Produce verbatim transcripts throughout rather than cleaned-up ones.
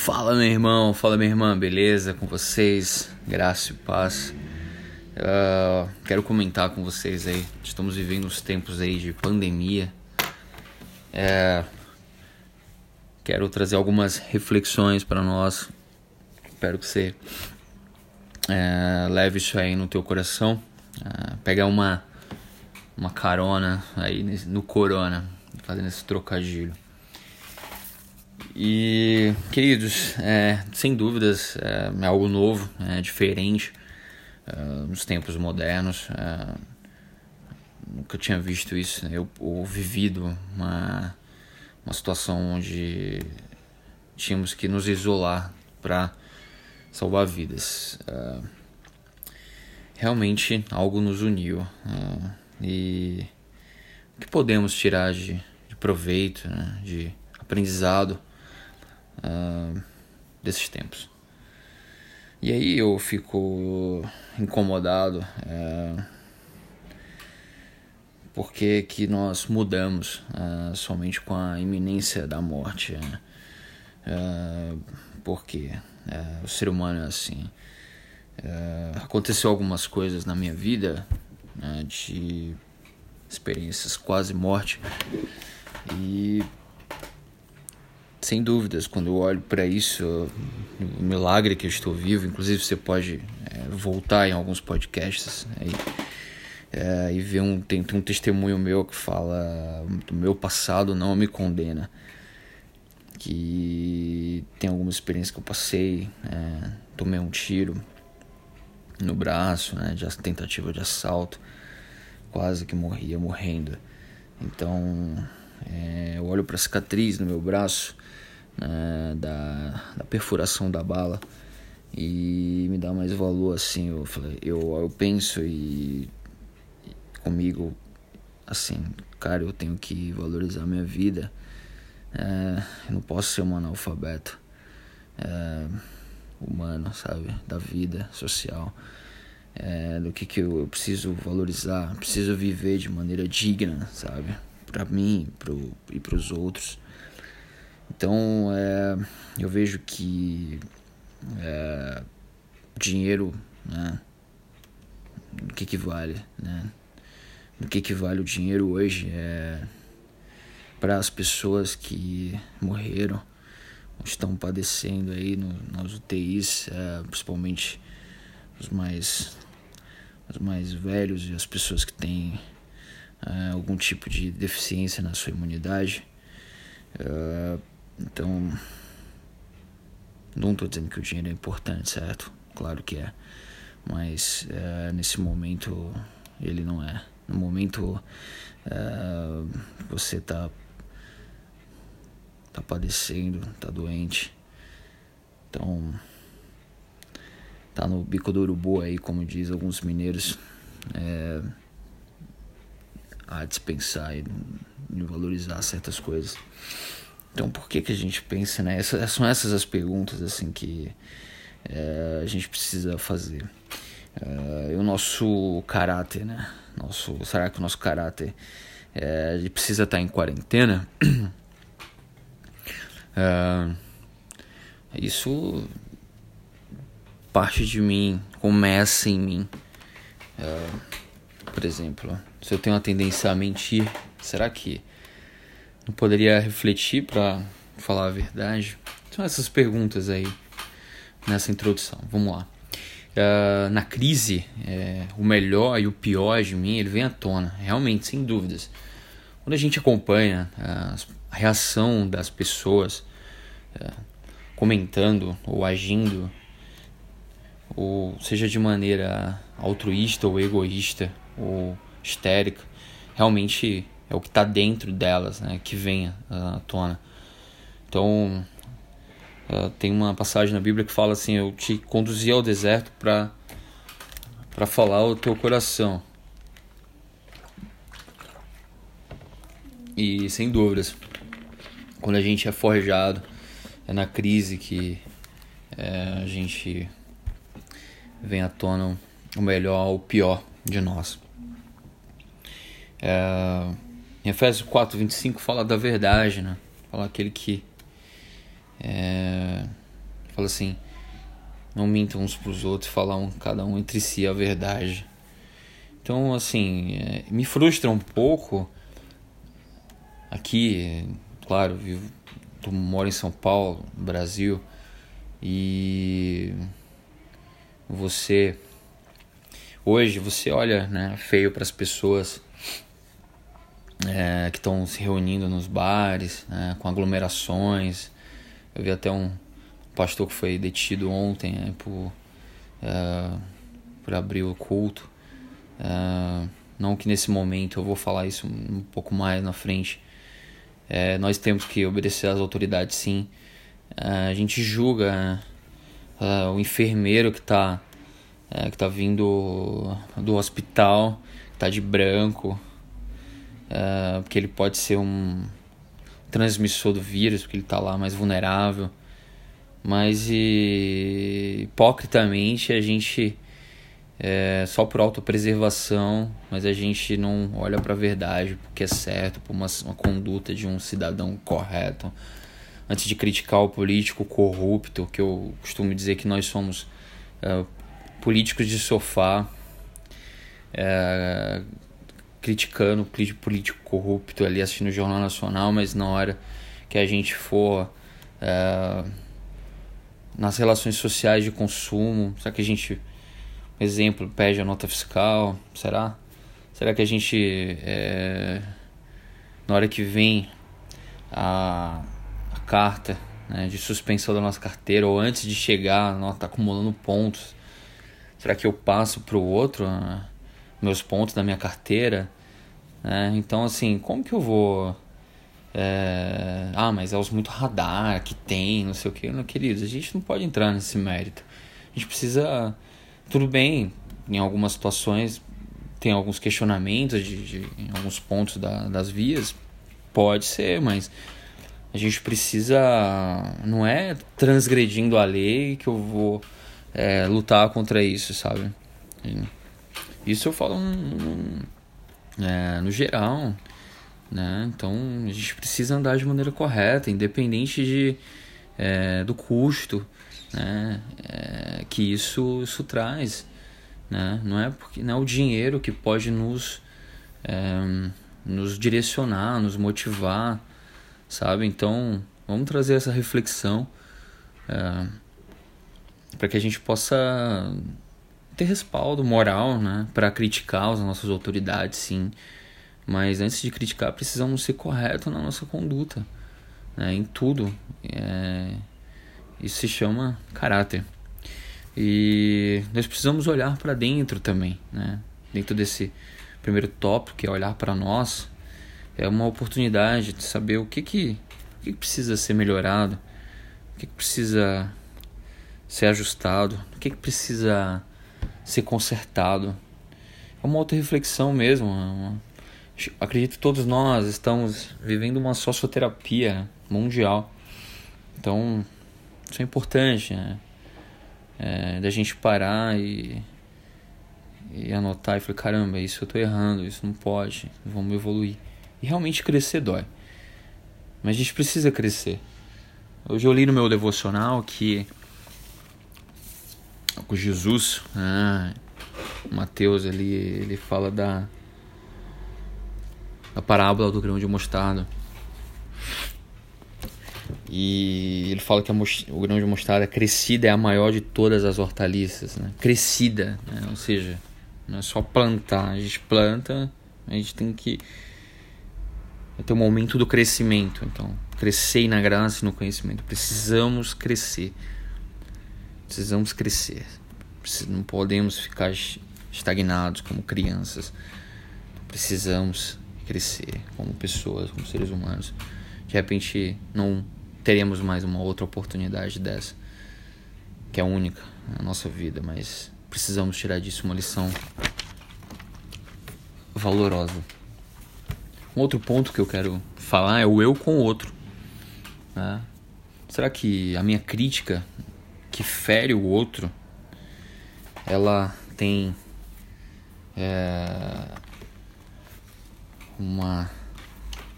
Fala, meu irmão, fala, minha irmã, beleza com vocês? Graça e paz. Uh, quero comentar com vocês aí. Estamos vivendo uns tempos aí de pandemia. É, quero trazer algumas reflexões para nós. Espero que você é, leve isso aí no teu coração. Uh, pega uma, uma carona aí no corona, fazendo esse trocadilho. E, queridos, é, sem dúvidas é, é algo novo, é diferente é, nos tempos modernos. É, nunca tinha visto isso, né? eu, eu vivido uma, uma situação onde tínhamos que nos isolar para salvar vidas. É, realmente algo nos uniu, é, e o que podemos tirar de, de proveito, né? De aprendizado Uh, desses tempos. E aí eu fico incomodado uh, porque que nós mudamos uh, somente com a iminência da morte. Uh, porque uh, o ser humano é assim. Uh, aconteceu algumas coisas na minha vida uh, de experiências quase morte, e sem dúvidas, quando eu olho para isso, o milagre que eu estou vivo. Inclusive você pode é, voltar em alguns podcasts aí, é, e ver um, tem, tem um testemunho meu que fala do meu passado não me condena, que tem alguma experiência que eu passei, é, tomei um tiro no braço, né, de tentativa de assalto, quase que morria morrendo. Então é, eu olho para a cicatriz no meu braço, né, da, da perfuração da bala, e me dá mais valor, assim. Eu, falei, eu, eu penso e, e comigo assim, cara, eu tenho que valorizar minha vida. É, eu não posso ser um analfabeto é, humano, sabe, da vida social. É, do que, que eu, eu preciso valorizar, preciso viver de maneira digna, sabe, pra mim pro, e pros outros. Então é, eu vejo que é, dinheiro, né, do que que vale, né? Do que que vale o dinheiro hoje é para as pessoas que morreram, estão padecendo aí no, nas U T Is, é, principalmente os mais, os mais velhos e as pessoas que têm é, algum tipo de deficiência na sua imunidade. É, então, não estou dizendo que o dinheiro é importante, certo? Claro que é, mas é, nesse momento ele não é. No momento é, você tá, tá padecendo, tá doente, então tá no bico do urubu aí, como diz alguns mineiros, é, a dispensar e, e valorizar certas coisas. Então por que que a gente pensa, né? Essas, são essas as perguntas assim que é, a gente precisa fazer. É, o nosso caráter, né? Nosso, será que o nosso caráter é, ele precisa estar em quarentena? É, isso parte de mim, começa em mim. É, por exemplo, se eu tenho uma tendência a mentir, será que não poderia refletir para falar a verdade? São essas perguntas aí nessa introdução. Vamos lá. Uh, na crise, é, o melhor e o pior de mim, ele vem à tona, realmente, sem dúvidas. Quando a gente acompanha uh, a reação das pessoas uh, comentando ou agindo, ou seja de maneira altruísta ou egoísta ou histérica, realmente é o que está dentro delas, né, que vem à tona. Então, uh, tem uma passagem na Bíblia que fala assim: eu te conduzi ao deserto para para falar ao teu coração. E sem dúvidas, quando a gente é forjado, é na crise que é, a gente vem à tona o melhor ou o pior de nós. É, em Efésios quatro, vinte e cinco fala da verdade, né? Fala aquele que é, Fala assim, não mintam uns pros outros, falar um, cada um entre si a verdade. Então, assim, é, me frustra um pouco. Aqui, claro, vivo, eu moro em São Paulo, Brasil, e você, hoje, você olha, né, feio para as pessoas é, que estão se reunindo nos bares, né, com aglomerações. Eu vi até um pastor que foi detido ontem, né, por, é, por abrir o culto. É, não que nesse momento, eu vou falar isso um pouco mais na frente. É, nós temos que obedecer às autoridades, sim. É, a gente julga é, o enfermeiro que está é, que tá vindo do hospital, que está de branco, é, porque ele pode ser um transmissor do vírus, porque ele está lá mais vulnerável. Mas e, hipocritamente a gente, é, só por autopreservação, mas a gente não olha para a verdade, porque é certo, por uma, uma conduta de um cidadão correto. Antes de criticar o político corrupto, que eu costumo dizer que nós somos é, políticos de sofá, é, criticando o político corrupto ali assistindo o Jornal Nacional, mas na hora que a gente for é, nas relações sociais de consumo, será que a gente, exemplo, pede a nota fiscal? Será? Será que a gente, é, na hora que vem a, a carta, né, de suspensão da nossa carteira, ou antes de chegar, nós tá acumulando pontos, será que eu passo para o outro uh, meus pontos da minha carteira? É, então, assim, como que eu vou... É, ah, mas é os muito radar que tem, não sei o que. Não, queridos, a gente não pode entrar nesse mérito. A gente precisa... Tudo bem, em algumas situações tem alguns questionamentos de, de, em alguns pontos da, das vias. Pode ser, mas a gente precisa... Não é transgredindo a lei que eu vou é, lutar contra isso, sabe? Isso eu falo no, é, no geral, né? Então a gente precisa andar de maneira correta, independente de, é, do custo, né? É, que isso, isso traz, né? Não é porque não é o dinheiro que pode nos, é, nos direcionar, nos motivar, sabe? Então vamos trazer essa reflexão é, para que a gente possa ter respaldo moral, né? Para criticar as nossas autoridades, sim. Mas antes de criticar, precisamos ser corretos na nossa conduta, né, em tudo. É, isso se chama caráter. E nós precisamos olhar para dentro também, né? Dentro desse primeiro tópico, que é olhar para nós, é uma oportunidade de saber o que, que, o que precisa ser melhorado, o que, que precisa ser ajustado, o que, que precisa ser consertado. É uma autorreflexão mesmo, uma... Acredito que todos nós estamos vivendo uma socioterapia mundial. Então, isso é importante, né? É, da gente parar e, e anotar e falar, caramba, isso eu tô errando, isso não pode, vamos evoluir. E realmente crescer dói. Mas a gente precisa crescer. Hoje eu li no meu devocional que com Jesus, ah, Mateus ali, ele fala da a parábola do grão de mostarda. E ele fala que a most... o grão de mostarda crescida é a maior de todas as hortaliças, né? Crescida, né? Ou seja, não é só plantar. A gente planta, a gente tem que ter um momento do crescimento. Então, crescer na graça e no conhecimento. Precisamos crescer. Precisamos crescer. Não podemos ficar estagnados como crianças. Precisamos crescer como pessoas, como seres humanos. De repente não teremos mais uma outra oportunidade dessa, que é única na nossa vida, mas precisamos tirar disso uma lição valorosa. Um outro ponto que eu quero falar é o eu com o outro, né? Será que a minha crítica que fere o outro, ela tem é, uma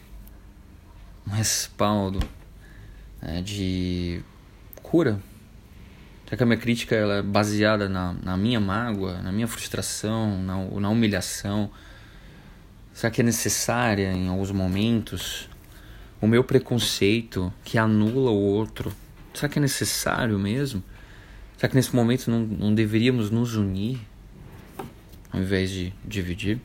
um respaldo, né, de cura, Será que a minha crítica ela é baseada na, na minha mágoa, na minha frustração, na, na humilhação? Será que é necessária em alguns momentos o meu preconceito que anula o outro? Será que é necessário mesmo? Será que nesse momento não, não deveríamos nos unir ao invés de dividir?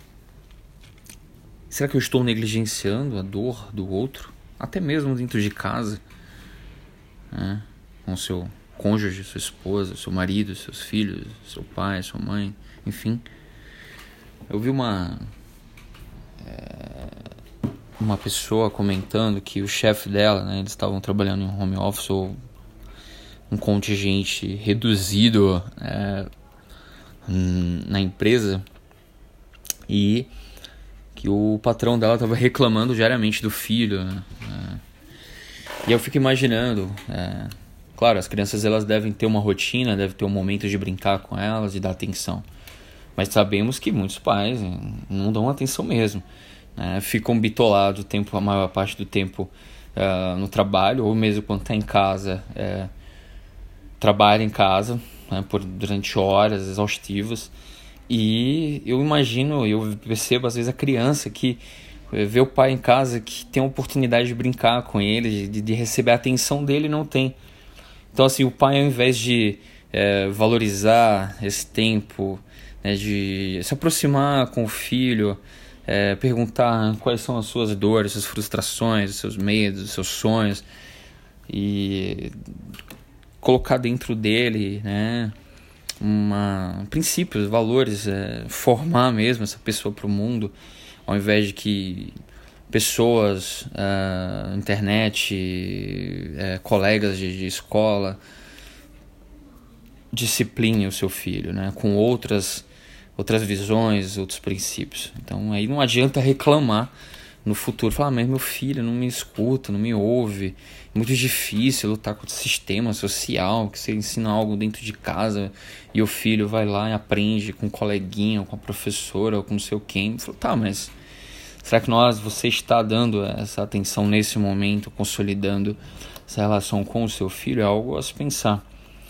Será que eu estou negligenciando a dor do outro? Até mesmo dentro de casa, né? Com seu cônjuge, sua esposa, seu marido, seus filhos, seu pai, sua mãe, enfim. Eu vi uma é, uma pessoa comentando que o chefe dela, né, eles estavam trabalhando em home office ou um contingente reduzido é, na empresa, e que o patrão dela estava reclamando diariamente do filho, né? E eu fico imaginando, é, claro, as crianças elas devem ter uma rotina, devem ter um momento de brincar com elas e dar atenção, mas sabemos que muitos pais não dão atenção mesmo, né? Ficam bitolados o tempo, a maior parte do tempo uh, no trabalho, ou mesmo quando está em casa, é, trabalha em casa, né, por, durante horas exaustivas. E eu imagino, eu percebo às vezes a criança que vê o pai em casa que tem a oportunidade de brincar com ele, de, de receber a atenção dele, e não tem. Então assim, o pai, ao invés de é, valorizar esse tempo, né, de se aproximar com o filho, é, perguntar quais são as suas dores, suas frustrações, seus medos, seus sonhos, e colocar dentro dele, né, uma, princípios, valores, é, formar mesmo essa pessoa para o mundo, ao invés de que pessoas, uh, internet, uh, colegas de, de escola disciplinem o seu filho, né, com outras, outras visões, outros princípios. Então aí não adianta reclamar no futuro, falar, ah, mas meu filho não me escuta, não me ouve, é muito difícil lutar contra o sistema social, que você ensina algo dentro de casa e o filho vai lá e aprende com o coleguinha, ou com a professora, ou com não sei quem. Falo, tá, mas será que nós, você está dando essa atenção nesse momento, consolidando essa relação com o seu filho? É algo a se pensar.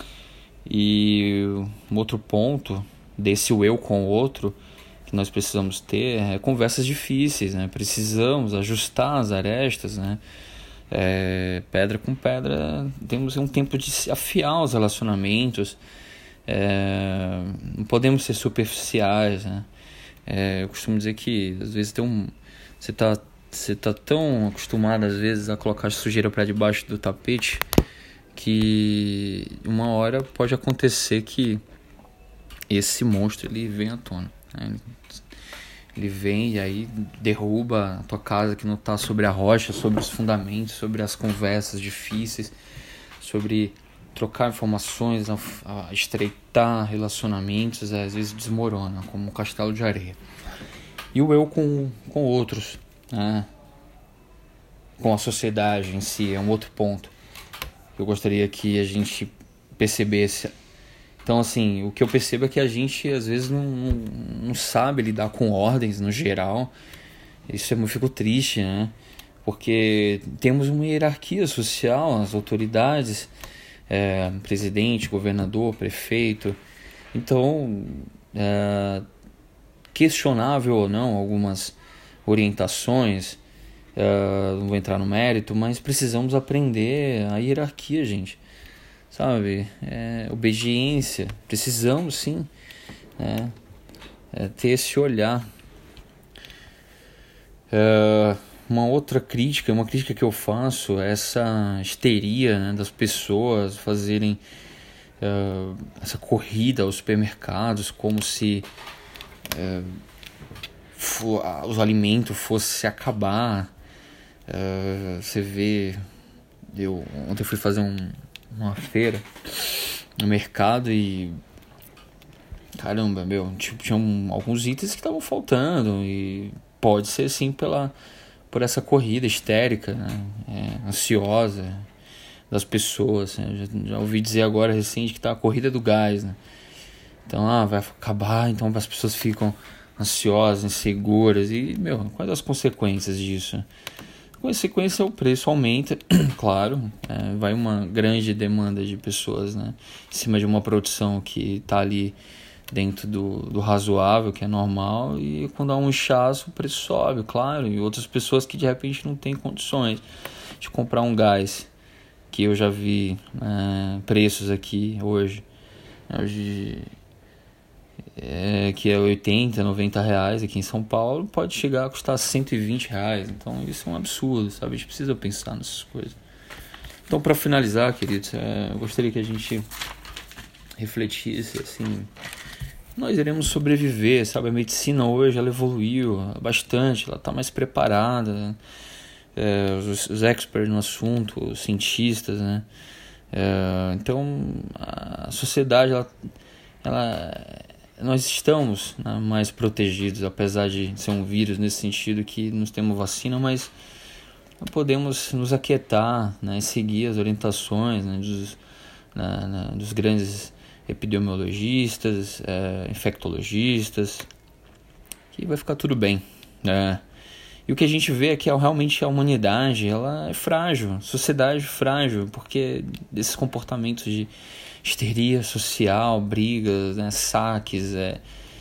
E um outro ponto desse o eu com o outro que nós precisamos ter é conversas difíceis, né? Precisamos ajustar as arestas, né? É, pedra com pedra, temos um tempo de se afiar os relacionamentos, é, não podemos ser superficiais, né? É, eu costumo dizer que às vezes tem um, você está você tá tão acostumado às vezes a colocar sujeira para debaixo do tapete que uma hora pode acontecer que esse monstro ele vem à tona, né? Ele, ele vem e aí derruba a tua casa que não está sobre a rocha, sobre os fundamentos, sobre as conversas difíceis, sobre trocar informações, a, a estreitar relacionamentos, às vezes desmorona, como um castelo de areia. E o eu com, com outros, né? Com a sociedade em si, é um outro ponto que eu gostaria que a gente percebesse. Então, assim, o que eu percebo é que a gente, às vezes, não, não, não sabe lidar com ordens no geral. Isso eu fico triste, né? Porque temos uma hierarquia social, as autoridades, é, presidente, governador, prefeito. Então, é, questionável ou não algumas orientações, é, não vou entrar no mérito, mas precisamos aprender a hierarquia, gente. Sabe, é, obediência, precisamos sim, né, é, ter esse olhar. É, uma outra crítica, uma crítica que eu faço é essa histeria, né, das pessoas fazerem é, essa corrida aos supermercados como se é, for, os alimentos fossem se acabar. É, você vê, eu, ontem eu fui fazer um uma feira no mercado e caramba, meu, tipo, tinham alguns itens que estavam faltando e pode ser sim pela, por essa corrida histérica, né? É, ansiosa das pessoas, né? já, já ouvi dizer agora recente que tá a corrida do gás, né? Então, ah, vai acabar, então as pessoas ficam ansiosas, inseguras e, meu, quais as consequências disso? consequência, o preço aumenta, claro, é, vai uma grande demanda de pessoas, né, em cima de uma produção que está ali dentro do, do razoável, que é normal, e quando há um inchaço, o preço sobe, claro, e outras pessoas que de repente não têm condições de comprar um gás, que eu já vi é, preços aqui hoje, hoje é, que é oitenta, noventa reais aqui em São Paulo, pode chegar a custar cento e vinte reais, então isso é um absurdo, sabe, a gente precisa pensar nessas coisas. Então, para finalizar, queridos, é, eu gostaria que a gente refletisse, assim, nós iremos sobreviver, sabe, a medicina hoje, ela evoluiu bastante, ela está mais preparada, é, os, os experts no assunto, os cientistas, né, é, então a sociedade, ela, ela, nós estamos, né, mais protegidos, apesar de ser um vírus nesse sentido que nós temos vacina, mas podemos nos aquietar, né, e seguir as orientações, né, dos, na, na, dos grandes epidemiologistas, é, infectologistas, que vai ficar tudo bem, né? E o que a gente vê é que realmente a humanidade, ela é frágil, sociedade frágil, porque desses comportamentos de histeria social, brigas, né, saques, é,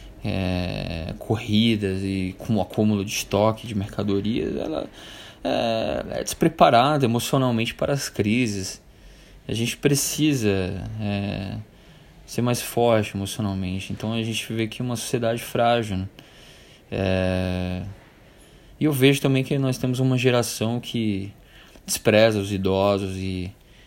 é, corridas e com o acúmulo de estoque de mercadorias, ela é, é despreparada emocionalmente para as crises. A gente precisa é, ser mais forte emocionalmente. Então a gente vê que é uma sociedade frágil, né? É... E eu vejo também que nós temos uma geração que despreza os idosos e,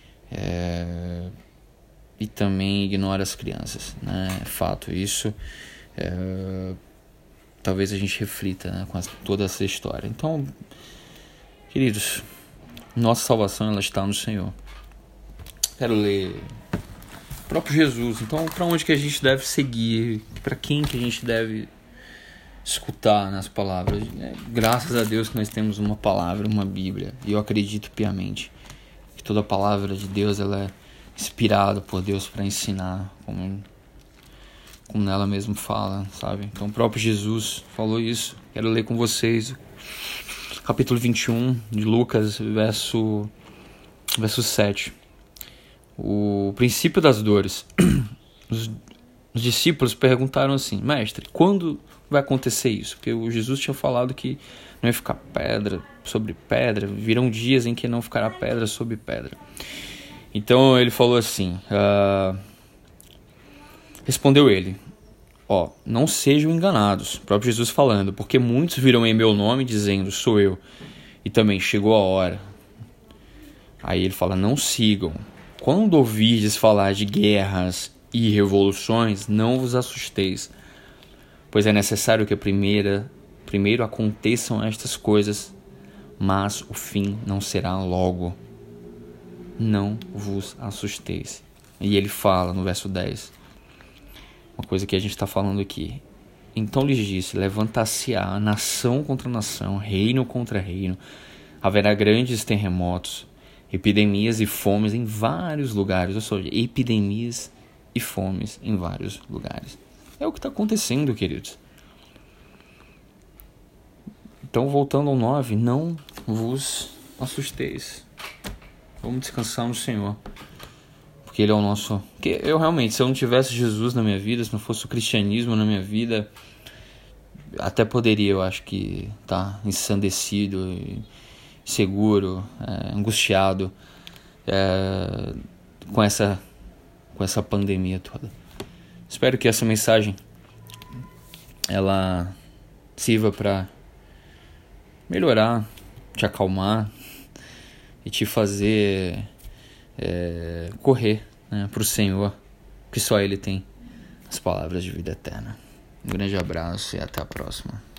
é... e também ignora as crianças, né? É fato isso. É... Talvez a gente reflita, né, com toda essa história. Então, queridos, nossa salvação, ela está no Senhor. Quero ler o próprio Jesus. Então, para onde que a gente deve seguir? Para quem que a gente deve escutar nas palavras? É, graças a Deus que nós temos uma palavra, uma Bíblia. E eu acredito piamente que toda palavra de Deus, ela é inspirada por Deus para ensinar, como, como ela mesmo fala, sabe? Então, o próprio Jesus falou isso. Quero ler com vocês capítulo vinte e um de Lucas, verso, verso sete. O princípio das dores. Os, os discípulos perguntaram assim: mestre, quando vai acontecer isso? Porque o Jesus tinha falado que não ia ficar pedra sobre pedra, virão dias em que não ficará pedra sobre pedra. Então ele falou assim, uh, respondeu ele, ó, não sejam enganados, o próprio Jesus falando, porque muitos virão em meu nome dizendo, sou eu, e também chegou a hora. Aí ele fala, não sigam. Quando ouvirdes falar de guerras e revoluções, não vos assusteis, pois é necessário que a primeira, primeiro aconteçam estas coisas, mas o fim não será logo. Não vos assusteis. E ele fala no verso dez, uma coisa que a gente está falando aqui. Então lhes disse, levantar-se-á nação contra nação, reino contra reino, haverá grandes terremotos, epidemias e fomes em vários lugares, ou seja, epidemias e fomes em vários lugares. É o que está acontecendo, queridos. Então, voltando ao nove, não vos assusteis. Vamos descansar no Senhor, porque Ele é o nosso... Porque eu realmente, se eu não tivesse Jesus na minha vida, se não fosse o cristianismo na minha vida, até poderia, eu acho que, estar tá ensandecido e seguro, é, angustiado é, com essa com essa pandemia toda. Espero que essa mensagem ela sirva para melhorar, te acalmar e te fazer é, correr, né, para o Senhor, que só Ele tem as palavras de vida eterna. Um grande abraço e até a próxima.